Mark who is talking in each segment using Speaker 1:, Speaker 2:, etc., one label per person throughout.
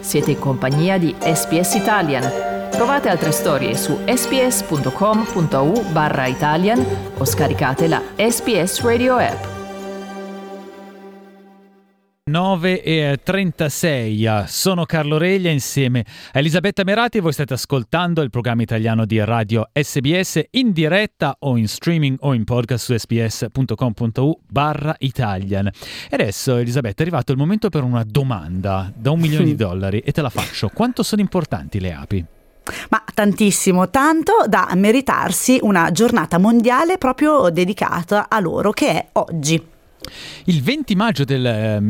Speaker 1: Siete in compagnia di SBS Italian. Trovate altre storie su sbs.com.au/Italian o scaricate la SBS Radio app.
Speaker 2: 9:36, sono Carlo Reglia insieme a Elisabetta Merati e voi state ascoltando il programma italiano di Radio SBS in diretta o in streaming o in podcast su sbs.com.au/Italian. E adesso, Elisabetta, è arrivato il momento per una domanda da $1 milione e te la faccio. Quanto sono importanti le api?
Speaker 3: Ma tantissimo, tanto da meritarsi una giornata mondiale proprio dedicata a loro, che è oggi.
Speaker 2: Il 20 maggio del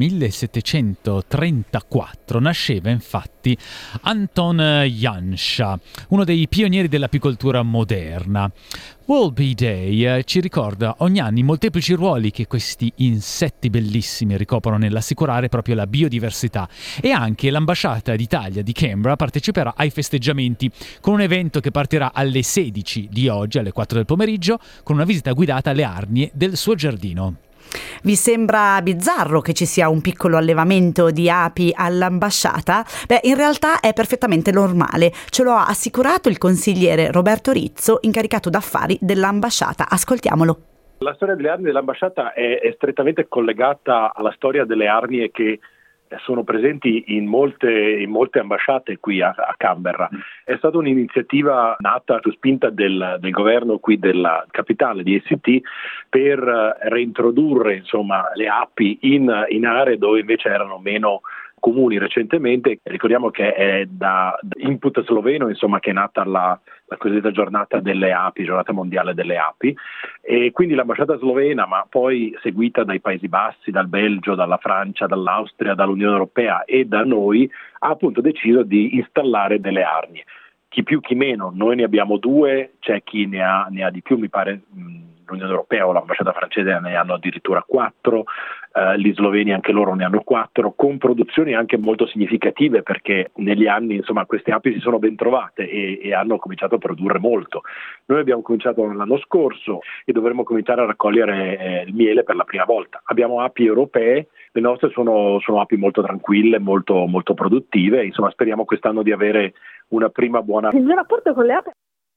Speaker 2: 1734 nasceva infatti Anton Janša, uno dei pionieri dell'apicoltura moderna. World Bee Day ci ricorda ogni anno i molteplici ruoli che questi insetti bellissimi ricoprono nell'assicurare proprio la biodiversità, e anche l'ambasciata d'Italia di Canberra parteciperà ai festeggiamenti con un evento che partirà alle 16 di oggi, alle 4 del pomeriggio, con una visita guidata alle arnie del suo giardino.
Speaker 3: Vi sembra bizzarro che ci sia un piccolo allevamento di api all'ambasciata? Beh, in realtà è perfettamente normale. Ce lo ha assicurato il consigliere Roberto Rizzo, incaricato d'affari dell'ambasciata. Ascoltiamolo.
Speaker 4: La storia delle arnie dell'ambasciata è strettamente collegata alla storia delle arnie che sono presenti in molte ambasciate qui a Canberra. È stata un'iniziativa nata su spinta del governo qui della capitale di ACT per reintrodurre le api in aree dove invece erano meno comuni recentemente. Ricordiamo che è da input sloveno che è nata la cosiddetta giornata delle api, giornata mondiale delle api, e quindi l'ambasciata slovena, ma poi seguita dai Paesi Bassi, dal Belgio, dalla Francia, dall'Austria, dall'Unione Europea e da noi, ha appunto deciso di installare delle arnie. Chi più chi meno, noi ne abbiamo 2, c'è chi ne ha di più, mi pare l'Unione Europea o l'ambasciata francese ne hanno addirittura 4, gli sloveni anche loro ne hanno 4, con produzioni anche molto significative, perché negli anni queste api si sono ben trovate e hanno cominciato a produrre molto. Noi abbiamo cominciato l'anno scorso e dovremmo cominciare a raccogliere il miele per la prima volta. Abbiamo api europee, le nostre sono api molto tranquille, molto, molto produttive, speriamo quest'anno di avere una prima buona.
Speaker 5: Il mio rapporto con le api.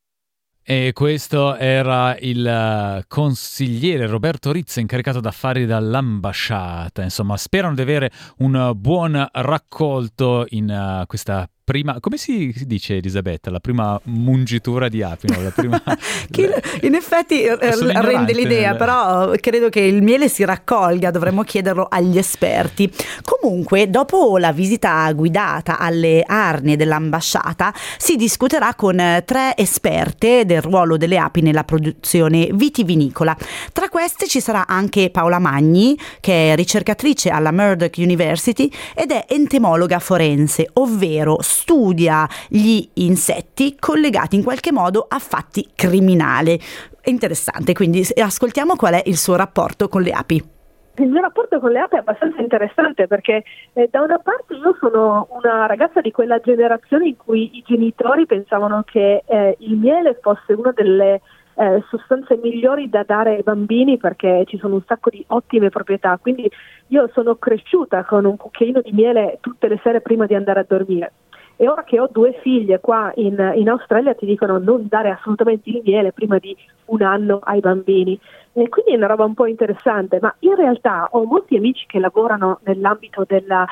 Speaker 2: E questo era il consigliere Roberto Rizzo, incaricato d'affari dall'ambasciata. Sperano di avere un buon raccolto in questa prima, come si dice, Elisabetta, la prima mungitura di api, no? La prima...
Speaker 3: In effetti rende l'idea, però credo che il miele si raccolga, dovremmo chiederlo agli esperti. Comunque, dopo la visita guidata alle arnie dell'ambasciata, si discuterà con 3 esperte del ruolo delle api nella produzione vitivinicola. Tra queste ci sarà anche Paola Magni, che è ricercatrice alla Murdoch University ed è entomologa forense, ovvero studia gli insetti collegati in qualche modo a fatti criminali. È interessante, quindi ascoltiamo qual è il suo rapporto con le api.
Speaker 5: Il mio rapporto con le api è abbastanza interessante perché da una parte io sono una ragazza di quella generazione in cui i genitori pensavano che il miele fosse una delle sostanze migliori da dare ai bambini, perché ci sono un sacco di ottime proprietà. Quindi io sono cresciuta con un cucchiaino di miele tutte le sere prima di andare a dormire. E ora che ho 2 figlie qua in Australia ti dicono non dare assolutamente il miele prima di 1 anno ai bambini. E quindi è una roba un po' interessante, ma in realtà ho molti amici che lavorano nell'ambito della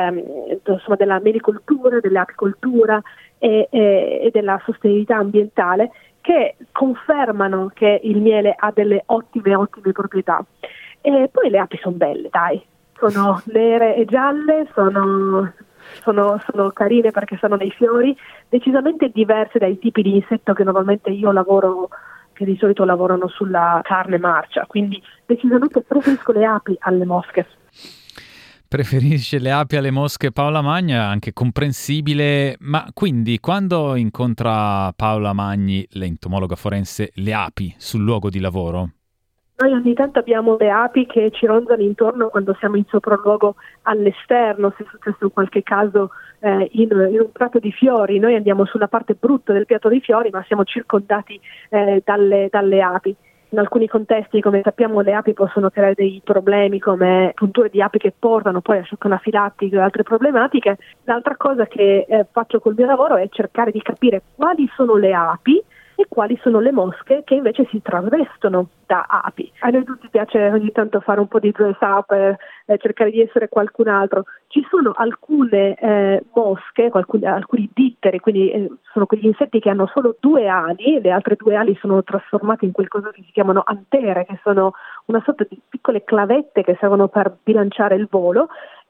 Speaker 5: melicoltura, dell'apicoltura e della sostenibilità ambientale, che confermano che il miele ha delle ottime proprietà. E poi le api sono belle, dai, sono nere e gialle, sono carine perché sono nei fiori, decisamente diverse dai tipi di insetto che normalmente io lavoro, che di solito lavorano sulla carne marcia, quindi decisamente preferisco le api alle mosche.
Speaker 2: Preferisce le api alle mosche Paola Magna, anche comprensibile, ma quindi quando incontra Paola Magni, l'entomologa forense, le api sul luogo di lavoro?
Speaker 5: Noi ogni tanto abbiamo le api che ci ronzano intorno quando siamo in sopralluogo all'esterno, se è successo qualche caso in un prato di fiori. Noi andiamo sulla parte brutta del piatto di fiori, ma siamo circondati dalle api. in alcuni contesti, come sappiamo, le api possono creare dei problemi come punture di api che portano poi a shock anafilattico e altre problematiche. L'altra cosa che faccio col mio lavoro è cercare di capire quali sono le api e quali sono le mosche che invece si travestono da api. A noi tutti piace ogni tanto fare un po' di dress up, cercare di essere qualcun altro. Ci sono alcune mosche, alcuni ditteri, quindi sono quegli insetti che hanno solo 2 ali, le altre 2 ali sono trasformate in qualcosa che si chiamano antere, che sono una sorta di piccole clavette che servono per bilanciare il volo.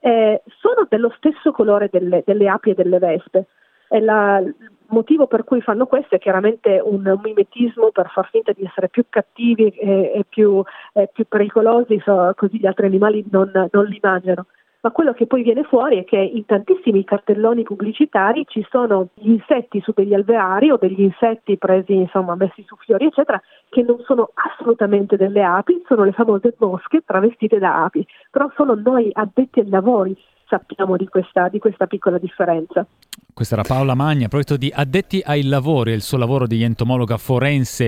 Speaker 5: Sono dello stesso colore delle api e delle vespe. Il motivo per cui fanno questo è chiaramente un mimetismo per far finta di essere più cattivi e più pericolosi, così gli altri animali non li mangiano. Ma quello che poi viene fuori è che in tantissimi cartelloni pubblicitari ci sono gli insetti su degli alveari o degli insetti presi, insomma, messi su fiori, eccetera, che non sono assolutamente delle api, sono le famose mosche travestite da api. Però solo noi addetti ai lavori sappiamo di questa piccola differenza.
Speaker 2: Questa era Paola Magni, a proposito di addetti ai lavori, il suo lavoro di entomologa forense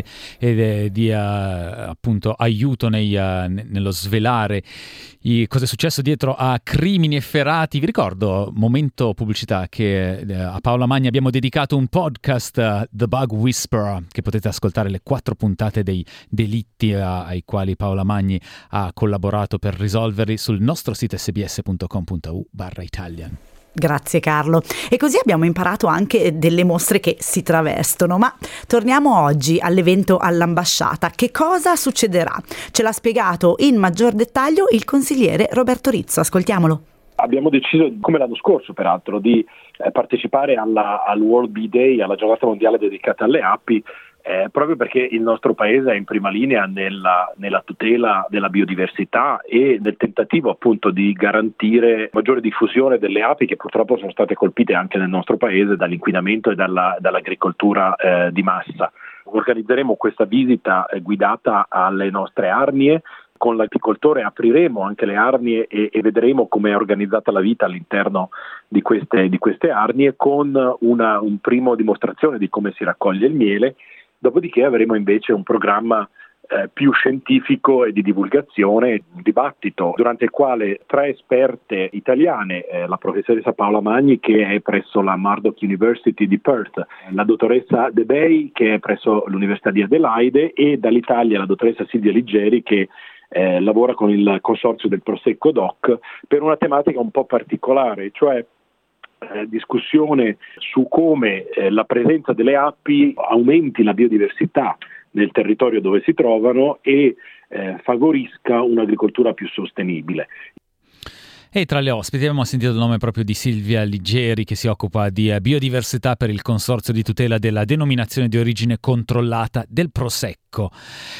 Speaker 2: e di appunto aiuto nello svelare cosa è successo dietro a crimini efferati. Vi ricordo, momento pubblicità, che a Paola Magni abbiamo dedicato un podcast, The Bug Whisperer, che potete ascoltare le 4 puntate dei delitti ai quali Paola Magni ha collaborato per risolverli sul nostro sito sbs.com.u/Italian.
Speaker 3: Grazie Carlo. E così abbiamo imparato anche delle mostre che si travestono, ma torniamo oggi all'evento all'ambasciata. Che cosa succederà? Ce l'ha spiegato in maggior dettaglio il consigliere Roberto Rizzo, ascoltiamolo.
Speaker 4: Abbiamo deciso, come l'anno scorso peraltro, di partecipare al World Bee Day, alla giornata mondiale dedicata alle api, proprio perché il nostro paese è in prima linea nella tutela della biodiversità e nel tentativo appunto di garantire maggiore diffusione delle api, che purtroppo sono state colpite anche nel nostro paese dall'inquinamento e dall'agricoltura di massa. Organizzeremo questa visita guidata alle nostre arnie. Con l'apicoltore apriremo anche le arnie e vedremo come è organizzata la vita all'interno di queste arnie, con un primo dimostrazione di come si raccoglie il miele. Dopodiché avremo invece un programma più scientifico e di divulgazione, un dibattito durante il quale 3 esperte italiane, la professoressa Paola Magni, che è presso la Murdoch University di Perth, la dottoressa De Bey, che è presso l'Università di Adelaide, e dall'Italia la dottoressa Silvia Liggeri, che lavora con il consorzio del Prosecco Doc, per una tematica un po' particolare, cioè discussione su come la presenza delle api aumenti la biodiversità nel territorio dove si trovano e favorisca un'agricoltura più sostenibile.
Speaker 2: E tra le ospiti abbiamo sentito il nome proprio di Silvia Liggeri, che si occupa di biodiversità per il Consorzio di tutela della denominazione di origine controllata del Prosecco.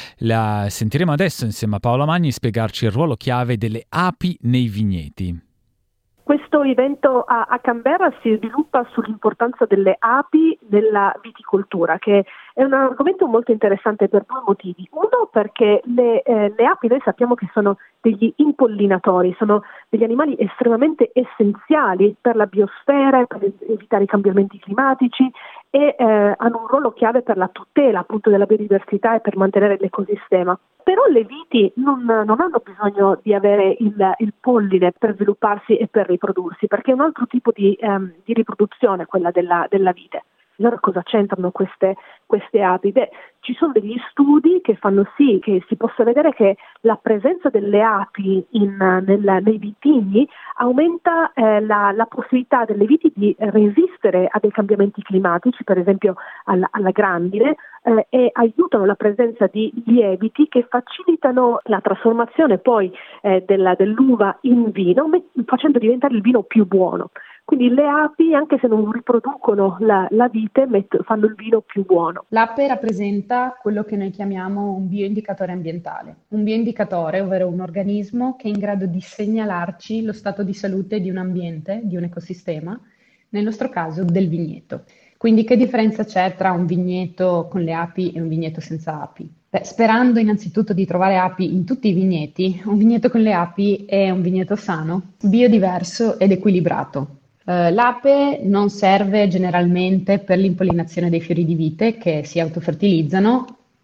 Speaker 2: La sentiremo adesso insieme a Paola Magni spiegarci il ruolo chiave delle api nei vigneti.
Speaker 5: Questo evento a Canberra si sviluppa sull'importanza delle api nella viticoltura, che è un argomento molto interessante per 2 motivi. Uno, perché le api noi sappiamo che sono degli impollinatori, sono degli animali estremamente essenziali per la biosfera, per evitare i cambiamenti climatici e hanno un ruolo chiave per la tutela appunto della biodiversità e per mantenere l'ecosistema. Però le viti non hanno bisogno di avere il polline per svilupparsi e per riprodursi, perché è un altro tipo di riproduzione quella della vite. Allora cosa c'entrano queste api? Ci sono degli studi che fanno sì che si possa vedere che la presenza delle api nei vitigni aumenta la possibilità delle viti di resistere a dei cambiamenti climatici, per esempio alla grandine, e aiutano la presenza di lieviti che facilitano la trasformazione poi dell'uva in vino, facendo diventare il vino più buono. Quindi le api, anche se non riproducono la vite, fanno il vino più buono.
Speaker 6: L'ape rappresenta quello che noi chiamiamo un bioindicatore ambientale. Un bioindicatore, ovvero un organismo che è in grado di segnalarci lo stato di salute di un ambiente, di un ecosistema, nel nostro caso del vigneto. Quindi che differenza c'è tra un vigneto con le api e un vigneto senza api? Sperando innanzitutto di trovare api in tutti i vigneti, un vigneto con le api è un vigneto sano, biodiverso ed equilibrato. L'ape non serve generalmente per l'impollinazione dei fiori di vite che si autofertilizzano,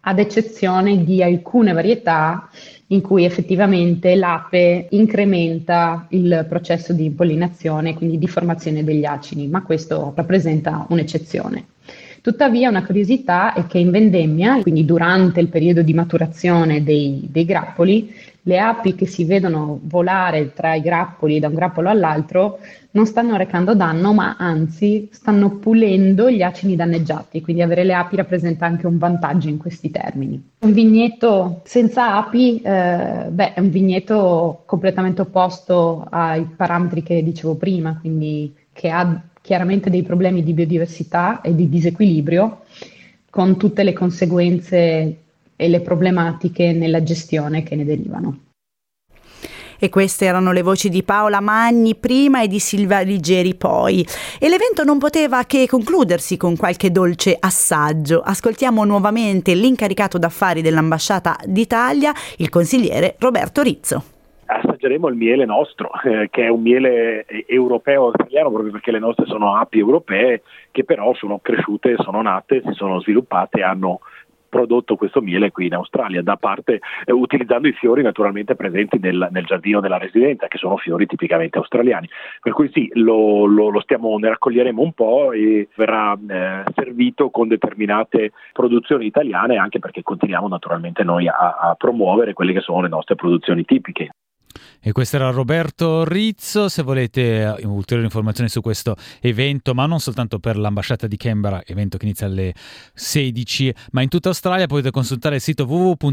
Speaker 6: ad eccezione di alcune varietà in cui effettivamente l'ape incrementa il processo di impollinazione, quindi di formazione degli acini, ma questo rappresenta un'eccezione. Tuttavia una curiosità è che in vendemmia, quindi durante il periodo di maturazione dei grappoli, le api che si vedono volare tra i grappoli da un grappolo all'altro non stanno recando danno, ma anzi stanno pulendo gli acini danneggiati, quindi avere le api rappresenta anche un vantaggio in questi termini. Un vigneto senza api è un vigneto completamente opposto ai parametri che dicevo prima, quindi che ha chiaramente dei problemi di biodiversità e di disequilibrio, con tutte le conseguenze e le problematiche nella gestione che ne derivano.
Speaker 3: E queste erano le voci di Paola Magni prima e di Silvia Ligieri poi. E l'evento non poteva che concludersi con qualche dolce assaggio. Ascoltiamo nuovamente l'incaricato d'affari dell'Ambasciata d'Italia, il consigliere Roberto Rizzo.
Speaker 4: Assaggeremo il miele nostro, che è un miele europeo australiano, proprio perché le nostre sono api europee che però sono cresciute, sono nate, si sono sviluppate e hanno prodotto questo miele qui in Australia, da parte utilizzando i fiori naturalmente presenti nel giardino della residenza, che sono fiori tipicamente australiani. Per cui sì, ne raccoglieremo un po' e verrà servito con determinate produzioni italiane, anche perché continuiamo naturalmente noi a promuovere quelle che sono le nostre produzioni tipiche.
Speaker 2: E questo era Roberto Rizzo. Se volete ulteriori informazioni su questo evento, ma non soltanto per l'ambasciata di Canberra, evento che inizia alle 16, ma in tutta Australia, potete consultare il sito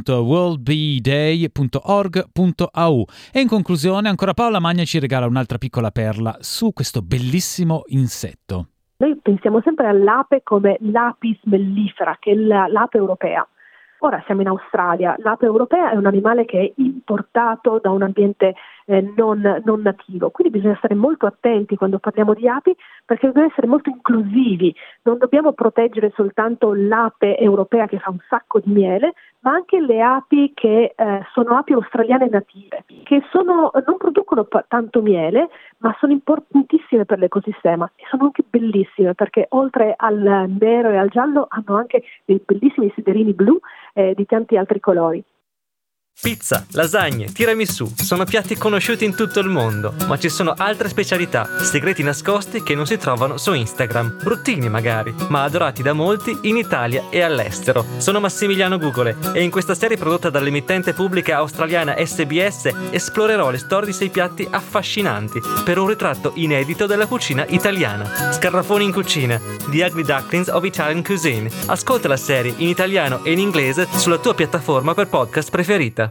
Speaker 2: www.worldbeeday.org.au. E in conclusione ancora Paola Magna ci regala un'altra piccola perla su questo bellissimo insetto.
Speaker 5: Noi pensiamo sempre all'ape come l'apis mellifera, che è l'ape europea. Ora siamo in Australia, l'ape europea è un animale che è importato da un ambiente non nativo, quindi bisogna stare molto attenti quando parliamo di api, perché dobbiamo essere molto inclusivi, non dobbiamo proteggere soltanto l'ape europea che fa un sacco di miele, ma anche le api che sono api australiane native, che non producono tanto miele, ma sono importantissime per l'ecosistema e sono anche bellissime, perché oltre al nero e al giallo hanno anche dei bellissimi siderini blu di tanti altri colori.
Speaker 7: Pizza, lasagne, tiramisù sono piatti conosciuti in tutto il mondo, ma ci sono altre specialità, segreti nascosti che non si trovano su Instagram, bruttini magari, ma adorati da molti in Italia e all'estero. Sono Massimiliano Gugole e in questa serie prodotta dall'emittente pubblica australiana SBS esplorerò le storie di 6 piatti affascinanti per un ritratto inedito della cucina italiana. Scarrafoni in cucina, The Ugly Ducklings of Italian Cuisine. Ascolta la serie in italiano e in inglese sulla tua piattaforma per podcast preferita.